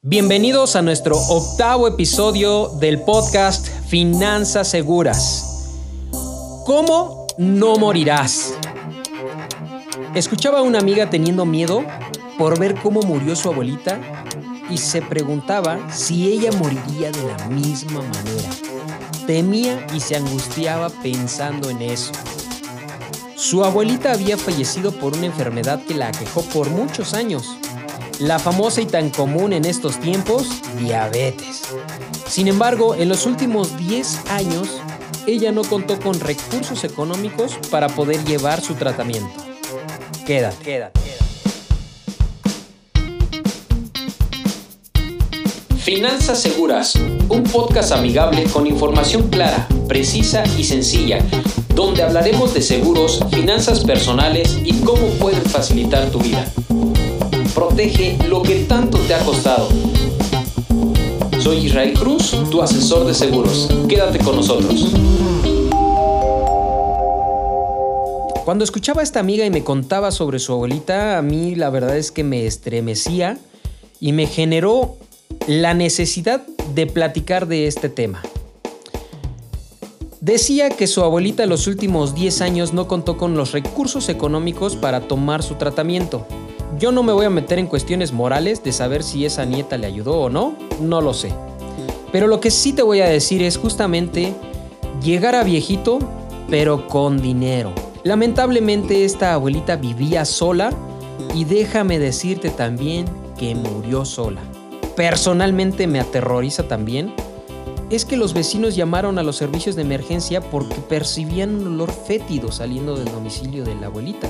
Bienvenidos a nuestro 8º episodio del podcast Finanzas Seguras. ¿Cómo no morirás? Escuchaba a una amiga teniendo miedo por ver cómo murió su abuelita y se preguntaba si ella moriría de la misma manera. Temía y se angustiaba pensando en eso. Su abuelita había fallecido por una enfermedad que la aquejó por muchos años. La famosa y tan común en estos tiempos, diabetes. Sin embargo, en los últimos 10 años, ella no contó con recursos económicos para poder llevar su tratamiento. Quédate. Finanzas Seguras, un podcast amigable con información clara, precisa y sencilla, donde hablaremos de seguros, finanzas personales y cómo pueden facilitar tu vida. Protege lo que tanto te ha costado. Soy Israel Cruz, tu asesor de seguros. Quédate con nosotros. Cuando escuchaba a esta amiga y me contaba sobre su abuelita, a mí la verdad es que me estremecía y me generó la necesidad de platicar de este tema. Decía que su abuelita en los últimos 10 años no contó con los recursos económicos para tomar su tratamiento. Yo no me voy a meter en cuestiones morales de saber si esa nieta le ayudó o no, no lo sé. Pero lo que sí te voy a decir es justamente llegar a viejito, pero con dinero. Lamentablemente esta abuelita vivía sola y déjame decirte también que murió sola. Personalmente me aterroriza también es que los vecinos llamaron a los servicios de emergencia porque percibían un olor fétido saliendo del domicilio de la abuelita.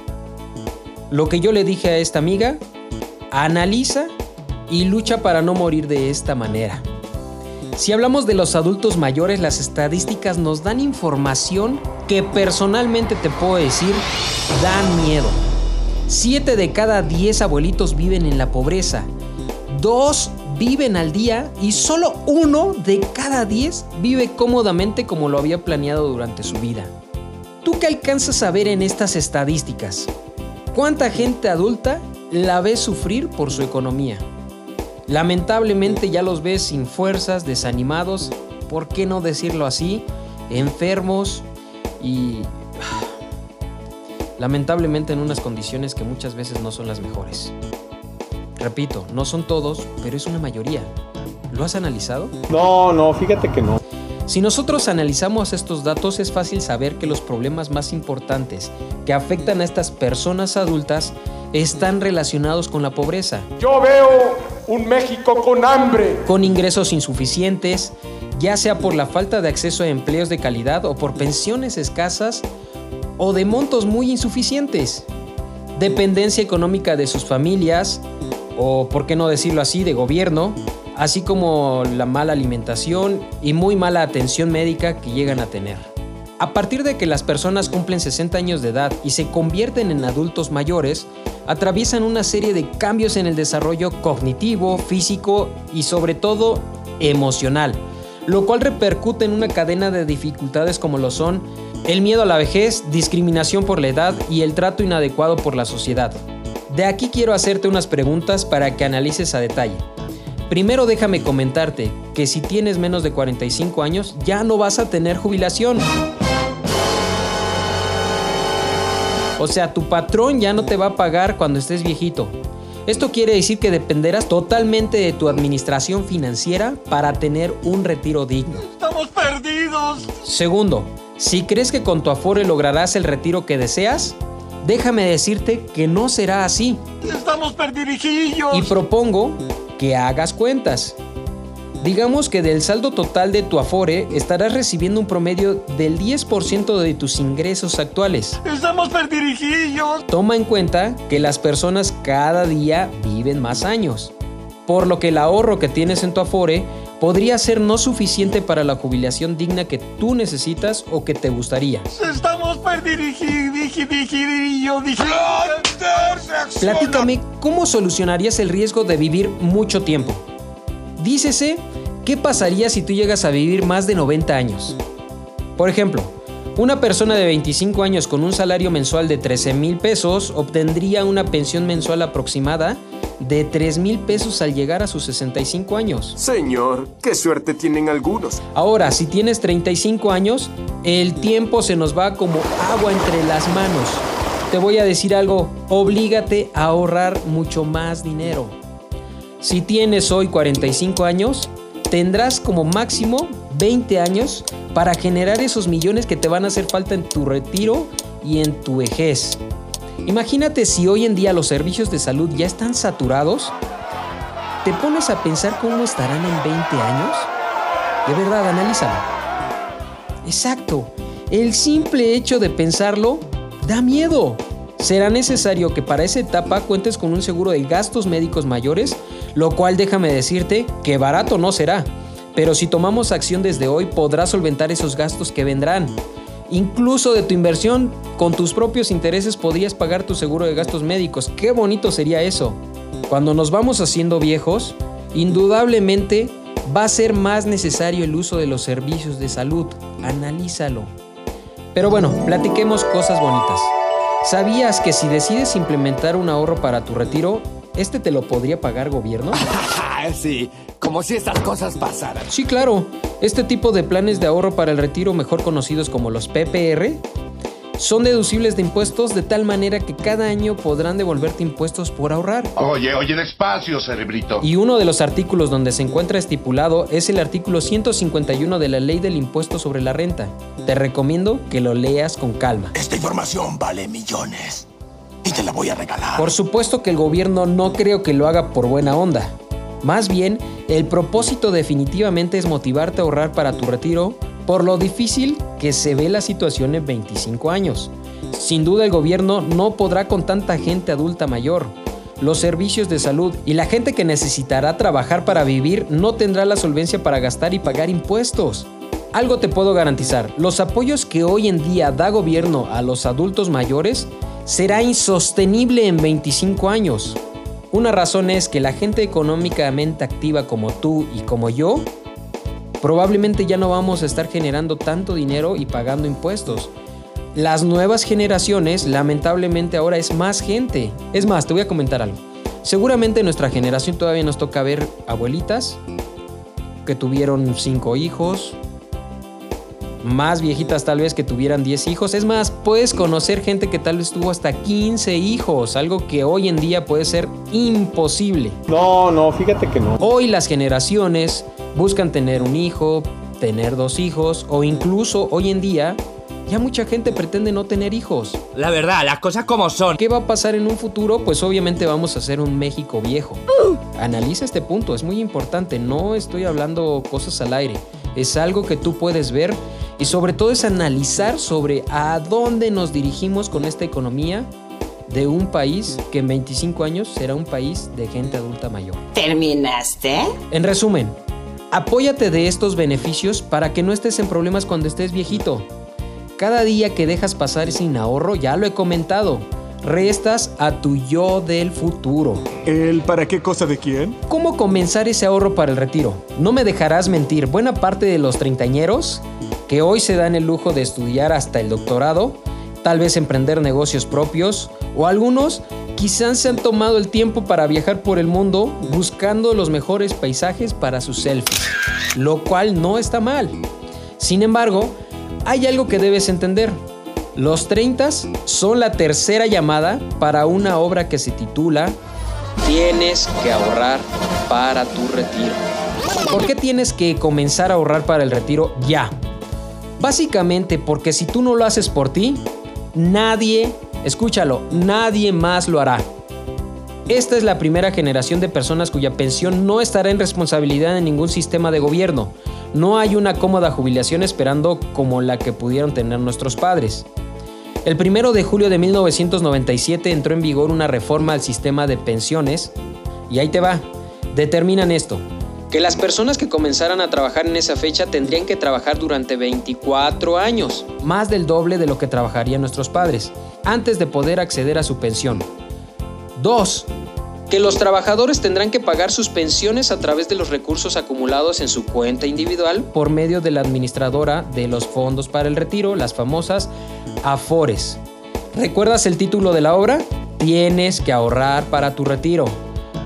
Lo que yo le dije a esta amiga, analiza y lucha para no morir de esta manera. Si hablamos de los adultos mayores, las estadísticas nos dan información que personalmente te puedo decir, dan miedo. 7 de cada 10 abuelitos viven en la pobreza, 2 viven al día y solo 1 de cada 10 vive cómodamente como lo había planeado durante su vida. ¿Tú qué alcanzas a ver en estas estadísticas? ¿Cuánta gente adulta la ves sufrir por su economía? Lamentablemente ya los ves sin fuerzas, desanimados, ¿por qué no decirlo así? Enfermos y lamentablemente en unas condiciones que muchas veces no son las mejores. Repito, no son todos, pero es una mayoría. ¿Lo has analizado? No, fíjate que no. Si nosotros analizamos estos datos, es fácil saber que los problemas más importantes que afectan a estas personas adultas están relacionados con la pobreza. Yo veo un México con hambre. Con ingresos insuficientes, ya sea por la falta de acceso a empleos de calidad o por pensiones escasas o de montos muy insuficientes. Dependencia económica de sus familias o, por qué no decirlo así, de gobierno, así como la mala alimentación y muy mala atención médica que llegan a tener. A partir de que las personas cumplen 60 años de edad y se convierten en adultos mayores, atraviesan una serie de cambios en el desarrollo cognitivo, físico y sobre todo emocional, lo cual repercute en una cadena de dificultades como lo son el miedo a la vejez, discriminación por la edad y el trato inadecuado por la sociedad. De aquí quiero hacerte unas preguntas para que analices a detalle. Primero déjame comentarte que si tienes menos de 45 años ya no vas a tener jubilación. O sea, tu patrón ya no te va a pagar cuando estés viejito. Esto quiere decir que dependerás totalmente de tu administración financiera para tener un retiro digno. ¡Estamos perdidos! Segundo, si crees que con tu Afore lograrás el retiro que deseas, déjame decirte que no será así. ¡Estamos perdidillos! Y propongo que hagas cuentas. Digamos que del saldo total de tu Afore estarás recibiendo un promedio del 10% de tus ingresos actuales. ¡Estamos perdidillos! Toma en cuenta que las personas cada día viven más años, por lo que el ahorro que tienes en tu Afore podría ser no suficiente para la jubilación digna que tú necesitas o que te gustaría. ¡Estamos perdidillos! Platícame, ¿cómo solucionarías el riesgo de vivir mucho tiempo? Dícese, ¿qué pasaría si tú llegas a vivir más de 90 años? Por ejemplo, una persona de 25 años con un salario mensual de 13,000 pesos obtendría una pensión mensual aproximada de 3,000 pesos al llegar a sus 65 años. Señor, qué suerte tienen algunos. Ahora, si tienes 35 años, el tiempo se nos va como agua entre las manos. Te voy a decir algo, oblígate a ahorrar mucho más dinero. Si tienes hoy 45 años, tendrás como máximo 20 años para generar esos millones que te van a hacer falta en tu retiro y en tu vejez. Imagínate si hoy en día los servicios de salud ya están saturados. ¿Te pones a pensar cómo estarán en 20 años? De verdad, analízalo. Exacto. El simple hecho de pensarlo da miedo. Será necesario que para esa etapa cuentes con un seguro de gastos médicos mayores, lo cual déjame decirte que barato no será. Pero si tomamos acción desde hoy, podrás solventar esos gastos que vendrán. Incluso de tu inversión, con tus propios intereses podrías pagar tu seguro de gastos médicos. ¡Qué bonito sería eso! Cuando nos vamos haciendo viejos, indudablemente va a ser más necesario el uso de los servicios de salud. Analízalo. Pero bueno, platiquemos cosas bonitas. ¿Sabías que si decides implementar un ahorro para tu retiro, este te lo podría pagar gobierno? Sí, como si estas cosas pasaran. Sí, claro. Este tipo de planes de ahorro para el retiro, mejor conocidos como los PPR, son deducibles de impuestos de tal manera que cada año podrán devolverte impuestos por ahorrar. Oye, despacio, cerebrito. Y uno de los artículos donde se encuentra estipulado es el artículo 151 de la Ley del Impuesto sobre la Renta. Te recomiendo que lo leas con calma. Esta información vale millones y te la voy a regalar. Por supuesto que el gobierno no creo que lo haga por buena onda. Más bien, el propósito definitivamente es motivarte a ahorrar para tu retiro por lo difícil que se ve la situación en 25 años. Sin duda el gobierno no podrá con tanta gente adulta mayor. Los servicios de salud y la gente que necesitará trabajar para vivir no tendrá la solvencia para gastar y pagar impuestos. Algo te puedo garantizar, los apoyos que hoy en día da gobierno a los adultos mayores será insostenible en 25 años. Una razón es que la gente económicamente activa como tú y como yo, probablemente ya no vamos a estar generando tanto dinero y pagando impuestos. Las nuevas generaciones, lamentablemente ahora es más gente. Es más, te voy a comentar algo. Seguramente en nuestra generación todavía nos toca ver abuelitas que tuvieron 5 hijos, más viejitas tal vez que tuvieran 10 hijos. Es más, puedes conocer gente que tal vez tuvo hasta 15 hijos, algo que hoy en día puede ser imposible. No, fíjate que no. Hoy las generaciones buscan tener un hijo, tener 2 hijos, o incluso hoy en día ya mucha gente pretende no tener hijos. La verdad, las cosas como son. ¿Qué va a pasar en un futuro? Pues obviamente vamos a hacer un México viejo. Analiza este punto, es muy importante. No estoy hablando cosas al aire. Es algo que tú puedes ver y sobre todo es analizar sobre a dónde nos dirigimos con esta economía de un país que en 25 años será un país de gente adulta mayor. ¿Terminaste? En resumen, apóyate de estos beneficios para que no estés en problemas cuando estés viejito. Cada día que dejas pasar sin ahorro, ya lo he comentado, restas a tu yo del futuro. ¿El para qué cosa de quién? ¿Cómo comenzar ese ahorro para el retiro? No me dejarás mentir, buena parte de los treintañeros que hoy se dan el lujo de estudiar hasta el doctorado, tal vez emprender negocios propios, o algunos quizás se han tomado el tiempo para viajar por el mundo buscando los mejores paisajes para sus selfies, lo cual no está mal. Sin embargo, hay algo que debes entender. Los 30s son la tercera llamada para una obra que se titula Tienes que ahorrar para tu retiro. ¿Por qué tienes que comenzar a ahorrar para el retiro ya? Básicamente porque si tú no lo haces por ti, nadie, escúchalo, nadie más lo hará. Esta es la primera generación de personas cuya pensión no estará en responsabilidad de ningún sistema de gobierno. No hay una cómoda jubilación esperando como la que pudieron tener nuestros padres. El 1 de julio de 1997 entró en vigor una reforma al sistema de pensiones y ahí te va, determinan esto, que las personas que comenzaran a trabajar en esa fecha tendrían que trabajar durante 24 años, más del doble de lo que trabajarían nuestros padres, antes de poder acceder a su pensión. 2. Que los trabajadores tendrán que pagar sus pensiones a través de los recursos acumulados en su cuenta individual por medio de la administradora de los fondos para el retiro, las famosas Afores. ¿Recuerdas el título de la obra? Tienes que ahorrar para tu retiro.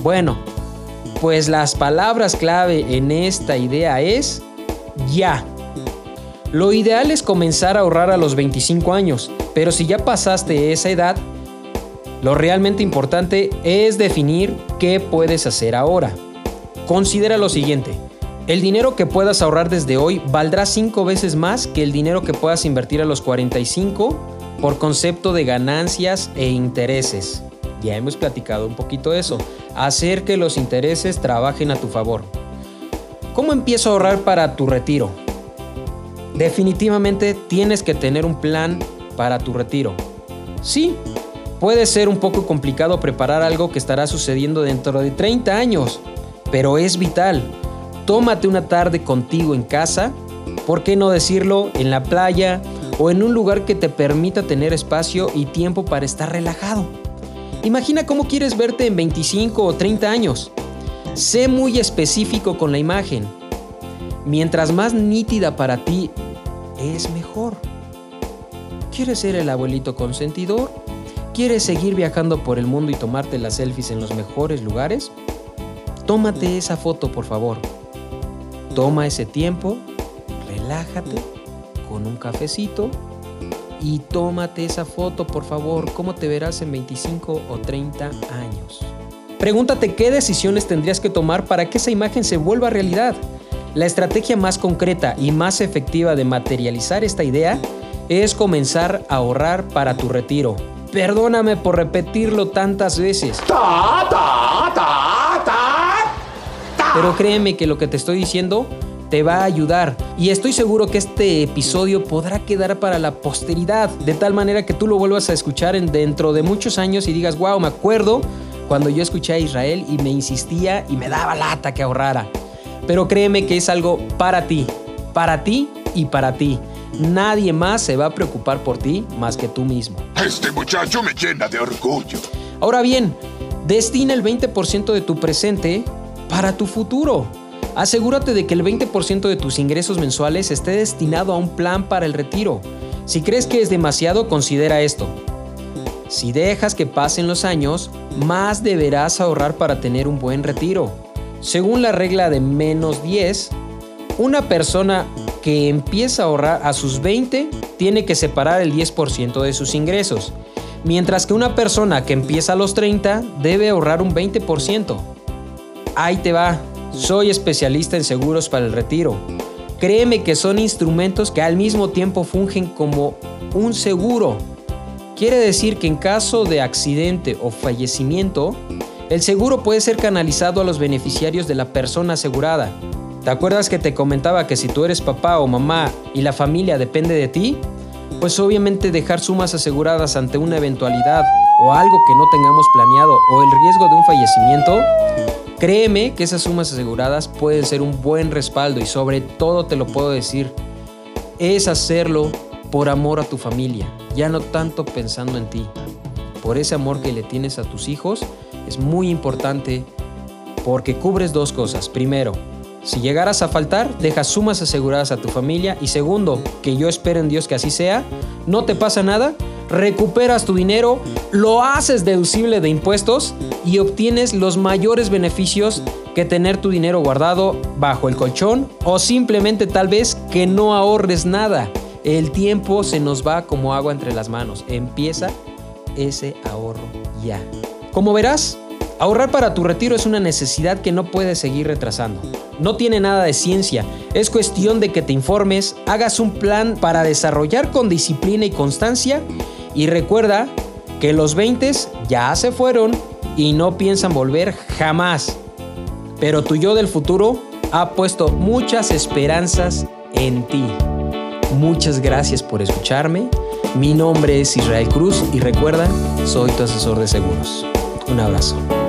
Bueno, pues las palabras clave en esta idea es ya. Lo ideal es comenzar a ahorrar a los 25 años, pero si ya pasaste esa edad, lo realmente importante es definir qué puedes hacer ahora. Considera lo siguiente: el dinero que puedas ahorrar desde hoy valdrá 5 veces más que el dinero que puedas invertir a los 45 por concepto de ganancias e intereses. Ya hemos platicado un poquito de eso. Hacer que los intereses trabajen a tu favor. ¿Cómo empiezo a ahorrar para tu retiro? Definitivamente tienes que tener un plan para tu retiro. Sí, puede ser un poco complicado preparar algo que estará sucediendo dentro de 30 años, pero es vital. Tómate una tarde contigo en casa, ¿por qué no decirlo? En la playa o en un lugar que te permita tener espacio y tiempo para estar relajado. Imagina cómo quieres verte en 25 o 30 años. Sé muy específico con la imagen. Mientras más nítida para ti, es mejor. ¿Quieres ser el abuelito consentidor? ¿Quieres seguir viajando por el mundo y tomarte las selfies en los mejores lugares? Tómate esa foto, por favor. Toma ese tiempo, relájate con un cafecito y tómate esa foto, por favor. ¿Cómo te verás en 25 o 30 años? Pregúntate qué decisiones tendrías que tomar para que esa imagen se vuelva realidad. La estrategia más concreta y más efectiva de materializar esta idea es comenzar a ahorrar para tu retiro. Perdóname por repetirlo tantas veces. Pero créeme que lo que te estoy diciendo te va a ayudar y estoy seguro que este episodio podrá quedar para la posteridad, de tal manera que tú lo vuelvas a escuchar dentro de muchos años y digas, wow, me acuerdo cuando yo escuché a Israel y me insistía y me daba lata que ahorrara. Pero créeme que es algo para ti y para ti. Nadie más se va a preocupar por ti más que tú mismo. Este muchacho me llena de orgullo. Ahora bien, destina el 20% de tu presente para tu futuro. Asegúrate de que el 20% de tus ingresos mensuales esté destinado a un plan para el retiro. Si crees que es demasiado, considera esto. Si dejas que pasen los años, más deberás ahorrar para tener un buen retiro. Según la regla de -10, una persona que empieza a ahorrar a sus 20 tiene que separar el 10% de sus ingresos, mientras que una persona que empieza a los 30 debe ahorrar un 20%. Ahí te va, soy especialista en seguros para el retiro. Créeme que son instrumentos que al mismo tiempo fungen como un seguro. Quiere decir que en caso de accidente o fallecimiento, el seguro puede ser canalizado a los beneficiarios de la persona asegurada. ¿Te acuerdas que te comentaba que si tú eres papá o mamá y la familia depende de ti? Pues obviamente dejar sumas aseguradas ante una eventualidad o algo que no tengamos planeado o el riesgo de un fallecimiento, créeme que esas sumas aseguradas pueden ser un buen respaldo y sobre todo te lo puedo decir, es hacerlo por amor a tu familia, ya no tanto pensando en ti. Por ese amor que le tienes a tus hijos es muy importante porque cubres dos cosas. Primero, si llegaras a faltar, dejas sumas aseguradas a tu familia. Y segundo, que yo espero en Dios que así sea, no te pasa nada, recuperas tu dinero, lo haces deducible de impuestos y obtienes los mayores beneficios que tener tu dinero guardado bajo el colchón o simplemente tal vez que no ahorres nada. El tiempo se nos va como agua entre las manos. Empieza ese ahorro ya. Como verás, ahorrar para tu retiro es una necesidad que no puedes seguir retrasando. No tiene nada de ciencia, es cuestión de que te informes, hagas un plan para desarrollar con disciplina y constancia y recuerda que los 20s ya se fueron y no piensan volver jamás. Pero tu yo del futuro ha puesto muchas esperanzas en ti. Muchas gracias por escucharme. Mi nombre es Israel Cruz y recuerda, soy tu asesor de seguros. Un abrazo.